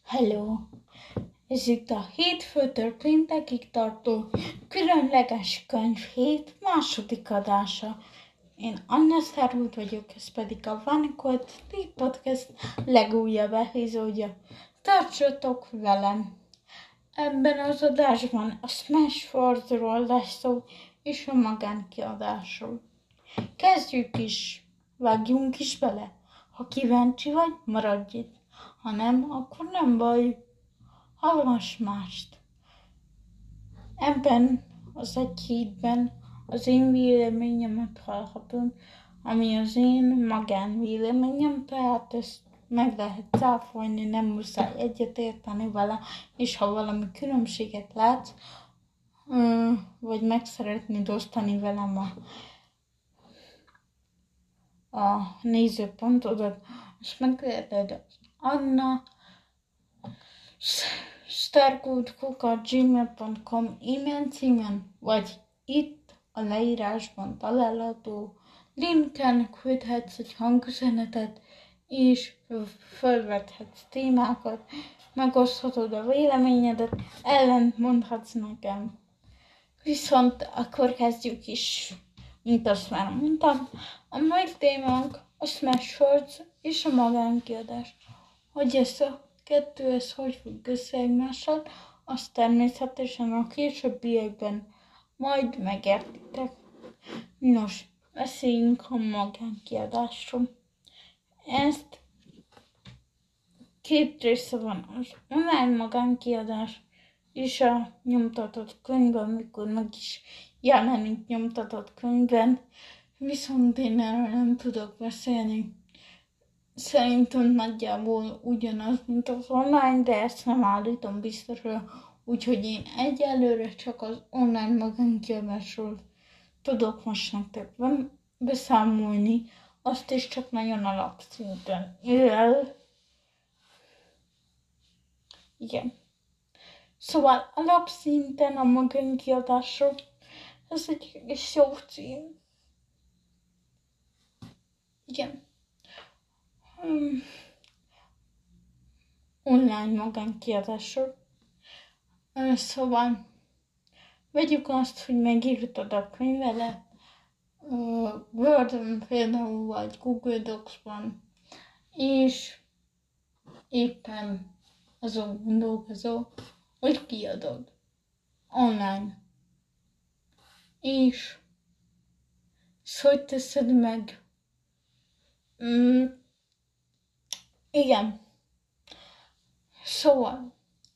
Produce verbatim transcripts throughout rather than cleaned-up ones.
Hello! Ez itt a hétfőtől péntekig tartó különleges könyvhét második adása. Én Anna Szerút vagyok, ez pedig a One Code Tea Podcast legújabb epizódja. Tartsatok velem! Ebben az adásban a Smashwords-ról lesz szó és a magánkiadásról. Kezdjük is! Vágjunk is bele! Ha kíváncsi vagy, maradj itt! Ha nem, akkor nem baj. Hallgass mást. Ebben az egy hétben az én véleményemet hallhatod, ami az én magánvéleményem, tehát ezt meg lehet cáfolni, nem muszáj egyetérteni vele, és ha valami különbséget látsz, vagy meg szeretnéd osztani velem a, a nézőpontodat, azt megteheted Anna stargood kukac gmail pont com e-mail címen, vagy itt a leírásban található linken küldhetsz egy hangüzenetet, és felvethetsz témákat, megoszthatod a véleményedet, ellent mondhatsz nekem. Viszont akkor kezdjük is, mint azt már mondtam, a mai témánk a Smashwords és a magánkiadás. Hogy ez a kettő, ez hogy függ össze egymással, azt természetesen a későbbiekben majd megértitek. Nos, beszéljünk a magánkiadásról. Ezt két része van, az online magánkiadás és a nyomtatott könyv, amikor meg is jelenik nyomtatott könyvben, viszont én erről nem tudok beszélni. Szerintem nagyjából ugyanaz, mint az online, de ezt nem állítom biztosra, úgyhogy én egyelőre csak az online magánkiadásról tudok most nektek beszámolni, azt is csak nagyon alapszinten. Mivel... Igen. Szóval alapszinten a magánkiadásról, ez egy egész jó cím. Igen. Um, online magánkiadásról. Uh, szóval vegyük azt, hogy megírtad a könyvelet, uh, Word-on például, vagy Google Docs-ban, és éppen azon gondolkozol, hogy kiadod online. És hogy teszed meg? Mm, igen. Szóval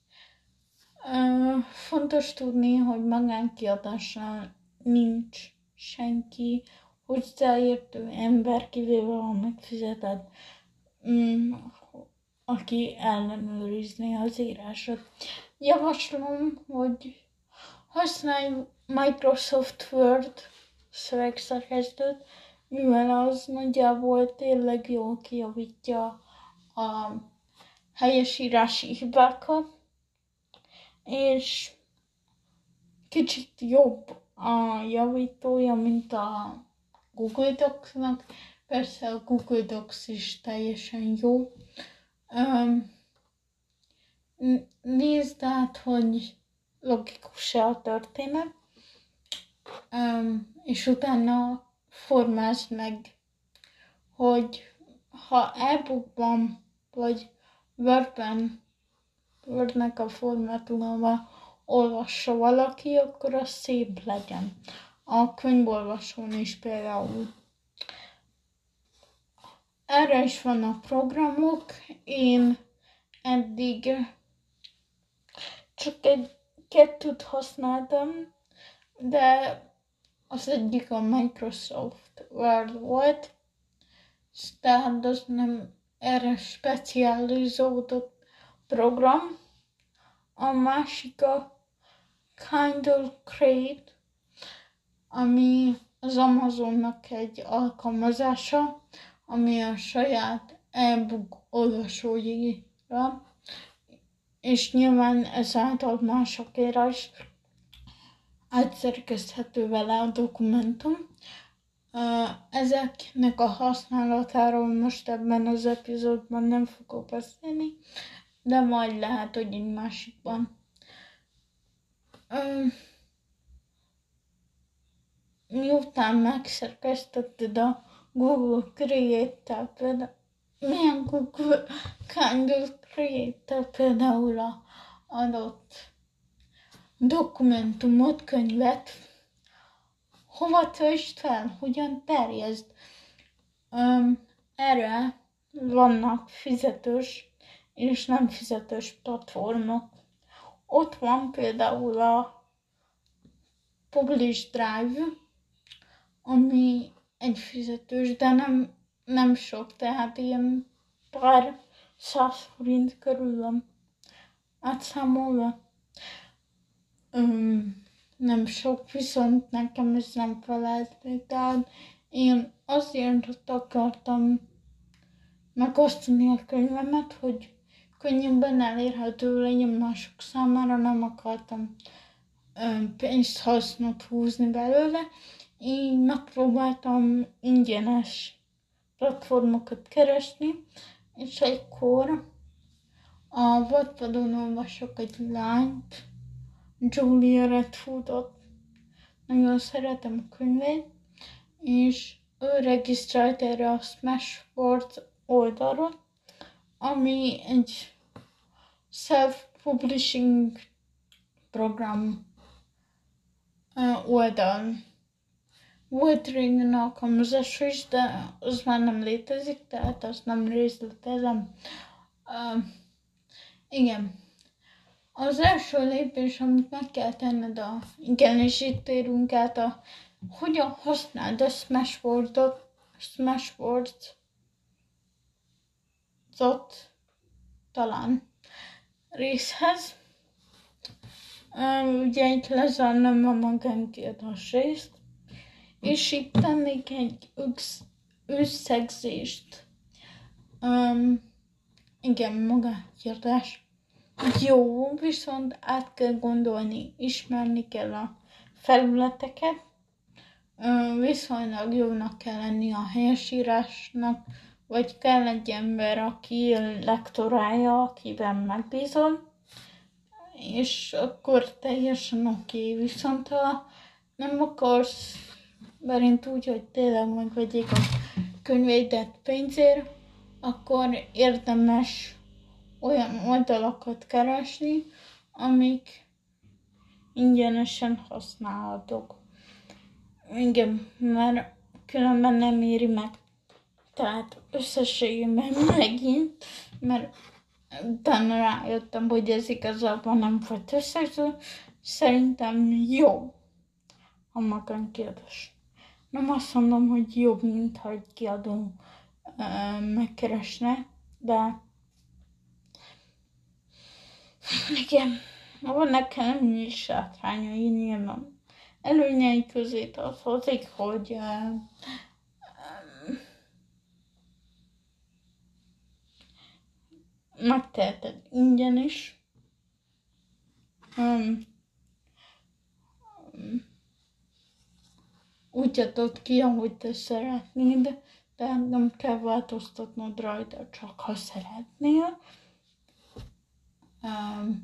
uh, fontos tudni, hogy magánkiadásnál nincs senki hozzáértő ember, kivéve ha megfizeted, mm, aki ellenőrizni az írásot. Javaslom, hogy használj Microsoft Word szövegszerkesztőt, mivel az nagyjából tényleg jól kijavítja a helyesírási hibákat, és kicsit jobb a javítója, mint a Google Docs-nak. Persze a Google Docs is teljesen jó. Um, nézd át, hogy logikus-e a történet, um, és utána formázd meg, hogy ha e-bookban vagy Wordben, Wordnek a formátumában olvassa valaki, akkor az szép legyen. A könyvolvasón is például. Erre is vannak programok, én eddig csak egy kettőt használtam, de az egyik a Microsoft Word volt, tehát az nem erre specializódott program. A másik a Kindle Crate, ami az Amazonnak egy alkalmazása, ami a saját e-book olvasóira, és nyilván ezáltal másokért is átszerkeszthető vele a dokumentum. Ezeknek a használatáról most ebben az epizódban nem fogok beszélni, de majd lehet, hogy egy másikban. Um, miután megszerkesztetted a Google Creator, például milyen Google Kindle Creator például a adott dokumentumot, könyvet, hova töltsd fel, hogyan terjeszd. Um, erre vannak fizetős és nem fizetős platformok. Ott van például a Publish Drive, ami egy fizetős, de nem, nem sok, tehát ilyen pár száz forint körül van átszámolva. Um, nem sok, viszont nekem ez nem felelt, tehát én azért akartam megosztani a könyvemet, hogy könnyebben elérhető legyen mások számára, nem akartam um, pénzt, hasznot húzni belőle. Én megpróbáltam ingyenes platformokat keresni, és egykor a Wattpadon olvasok egy lányt, Julia Redwoodot, nagyon szeretem a könyvét, és ő regisztrált erre a Smashwords oldalra, ami egy self-publishing program oldal. Volt régen alkalmazás is, de az már nem létezik, tehát azt nem részletezem. Uh, igen. Az első lépés, amit meg kell tenned, a, igen, és itt térünk át a, hogyan használd a Smashwords-ot, Smashwords-ot, talán részhez. Uh, ugye itt lezárnám a magánkiadás részt, és itt tennék egy összegzést. Um, igen, magánkiadás. Jó, viszont át kell gondolni, ismerni kell a felületeket, viszonylag jónak kell lenni a helyesírásnak, vagy kell egy ember, aki lektorálja, akiben megbízol, és akkor teljesen oké. Okay. Viszont ha nem akarsz, berint úgy, hogy tényleg megvegyék a könyvédet pénzért, akkor érdemes olyan oldalakat keresni, amik ingyenesen használhatók. Igen, mert különben nem éri meg. Tehát összességében megint, mert utána rájöttem, hogy ez igazából nem volt összegző, szerintem jó a magánkiadás. Nem azt mondom, hogy jobb, mint ha egy kiadó uh, megkeresne, de igen, vannak előnyei is hátrányai nyilván. Előnyei közé tartozik, hogy uh, um, megteheted ingyen is. Um, um, úgy adod ki, ahogy te szeretnéd, de nem kell változtatnod rajta, csak ha szeretnél. Um,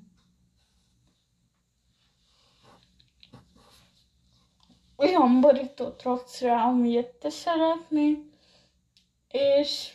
olyan borítót raksz rá, amilyet te szeretnél, és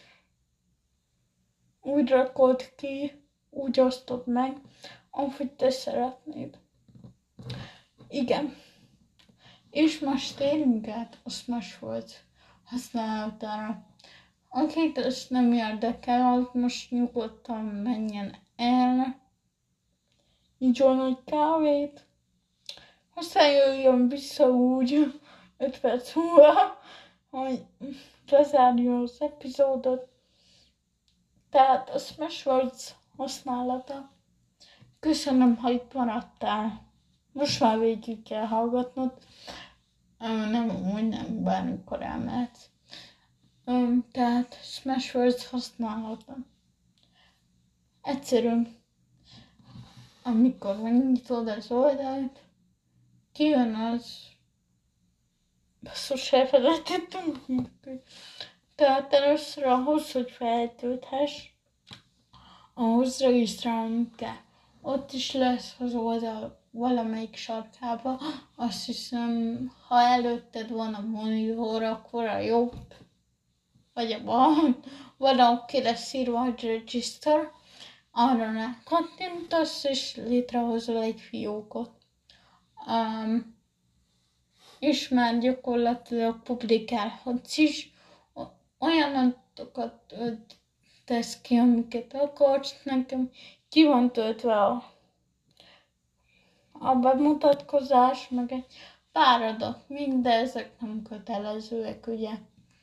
úgy rakod ki, úgy osztod meg, ahogy te szeretnéd. Igen. És most térjünk át a Smashwords használatára. Akit ezt nem érdekel, az most nyugodtan menjen el, igyon egy kávét, aztán jöjjön vissza úgy öt perc múlva, hogy lezárja az epizódot. Tehát a Smashwords használata. Köszönöm, ha itt maradtál. Most már végig kell hallgatnod. Nem úgy, nem bármikor elmehetsz. Tehát Smashwords használata. Egyszerű. Amikor megnyitod az oldalt, kijön az... Basszus, elfelejtettem. Tehát először ahhoz, hogy feltölthess, ahhoz regisztrálnunk kell. Ott is lesz az oldal valamelyik sarkába. Azt hiszem, ha előtted van a monitor, akkor a jobb, vagy a bal, valahogy ki lesz írva, hogy register, arra ne kattintasz, és létrehozol egy fiókot. Um, és már gyakorlatilag publikálhatsz is, olyan adatokat tesz ki, amiket akarsz. Nekem ki van töltve a, a bemutatkozás, meg egy pár adat még, de ezek nem kötelezőek, ugye.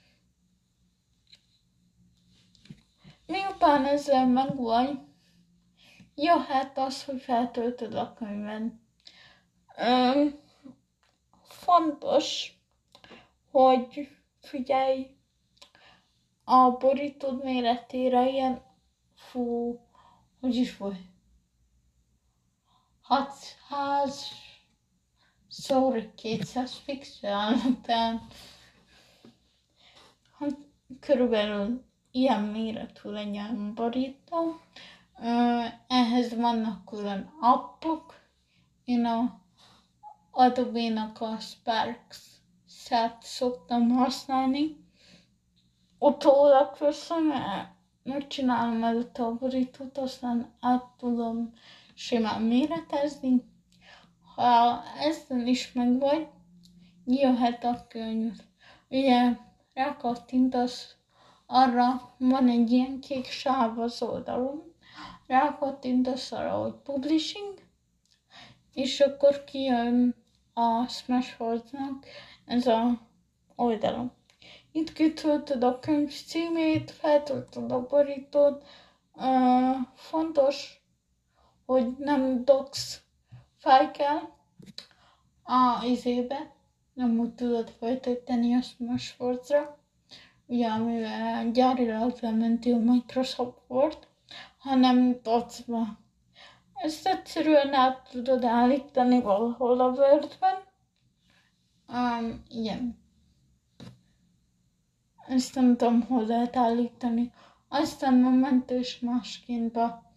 Miután ezzel megvagy, jöhet az, hogy feltöltöd a könyved. Öm, fontos, hogy figyelj a borítód méretére, ilyen, fú, hogy is volt, hatszáz szóra kétszáz pixel, tehát hát, körülbelül ilyen méretű legyen borító. Ehhez vannak külön appok. Én a Adobe-nak a Spark-et szoktam használni. Utólag köszön, megcsinálom előtte a borítót, aztán át tudom simán méretezni. Ha ezen is megvagy, jöhet a könyv. Ugye rákattintasz arra, van egy ilyen kék sáv az oldalon, rákattintasz arra, hogy publishing, és akkor kijön a Smashwords-nak ez a oldalon. Itt kitöltöd a könyv címét, feltöltöd a borítót. Uh, fontos, hogy nem docs fáj kell a izébe, nem úgy tudod feltölteni a Smashwords-ra, ugye amivel gyárilag lementi a Microsoft Word, hanem docba. Ezt egyszerűen át tudod állítani valahol a Wordben. Um, igen. Ezt nem tudom, hol lehet állítani. Aztán a mentős máskéntbe.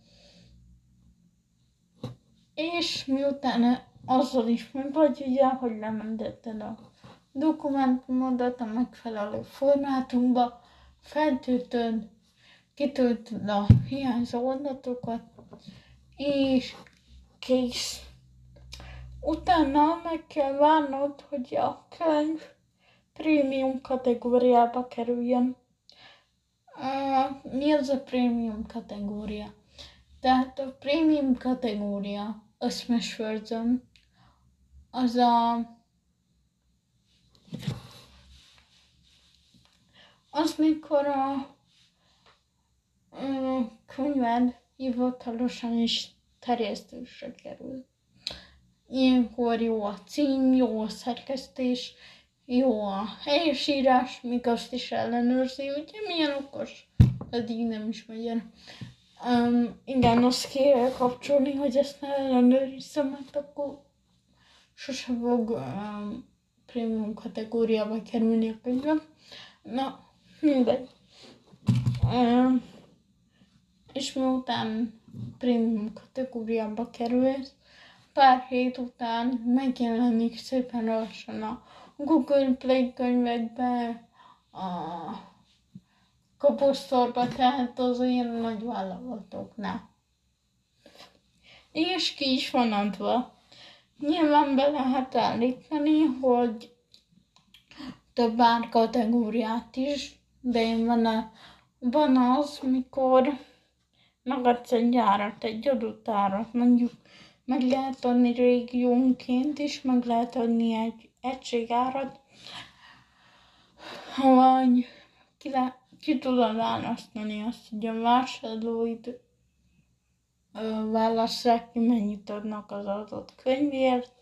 És miután azzal is meg vagy, ugye, hogy lementetted a dokumentumodat a megfelelő formátumba, feltöltöd, kitöltöd a hiányzó adatokat, és kész. Utána meg kell várnod, hogy a könyv prémium kategóriába kerüljön. Uh, mi az a prémium kategória? Tehát a prémium kategória a Smashwords-on az a az mikor a uh, könyved hivatalosan is terjesztésre kerül. Ilyenkor jó a cím, jó a szerkesztés, jó a helyesírás, még azt is ellenőrzi, ugye milyen okos, pedig nem is magyar. Um, igen, azt kell kapcsolni, hogy ezt ne ellenőrizzem, mert akkor sose fog um, prémium kategóriába kerülni a könyvem. Na, mindegy. Um, és miután prémium kategóriába kerülsz, pár hét után megjelenik szépen lassan a Google Play könyvekbe, a kaposztorba, tehát az ilyen nagy vállalatoknál. És ki is van adva. Nyilván be lehet állítani, hogy több árkategóriát is, de én van, a, van az, mikor megadsz egy árat, egy adott árat, mondjuk meg lehet adni régiónként is, meg lehet adni egy egységárat, vagy ki, le, ki tudod választani azt, hogy a vásárlóid válasszák ki, mennyit adnak az adott könyvért,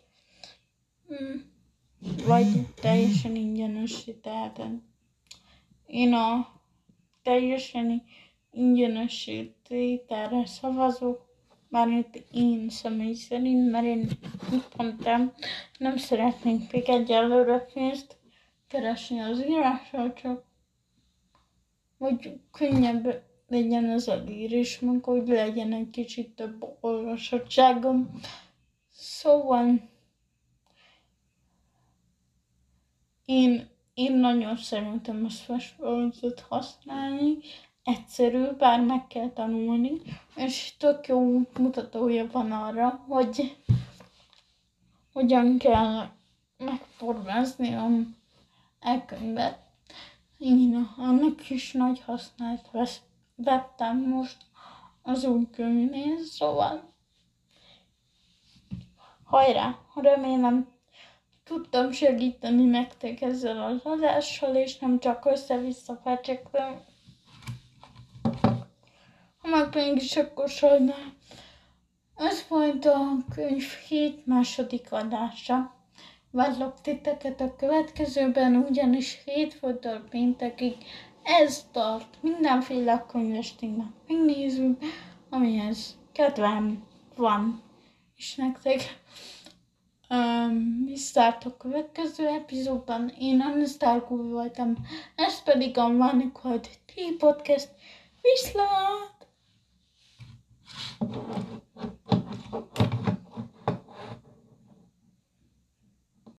vagy teljesen ingyenesíteheted. Én a teljesen ingyenesítételre szavazok, mármint én személy szerint, mert én mit mondtam, nem szeretnénk még egyelőre pénzt keresni az írásról, csak hogy könnyebb legyen ez a írás munka, hogy legyen egy kicsit több olvasottságom. Szóval én, én nagyon szeretem a flash használni, egyszerű, bár meg kell tanulni, és tök jó mutatója van arra, hogy hogyan kell megformázni a elkönyvet. Én annak is nagy hasznát vesz, vettem most az új könyvnél, szóval hajrá! Remélem tudtam segíteni nektek ezzel az adással, és nem csak össze-vissza fecsektem. Ha meg mégis, akkor sajnálom. Ez volt a könyv hét második adása. Várlak titeket a következőben, ugyanis hétfőtől péntekig ez tart. Mindenféle könyves témát megnézünk, amihez kedvem van. És nektek um, viszlát a következő epizódban. Én Anastasia voltam, ez pedig a One Called Tea Podcast. Viszlát!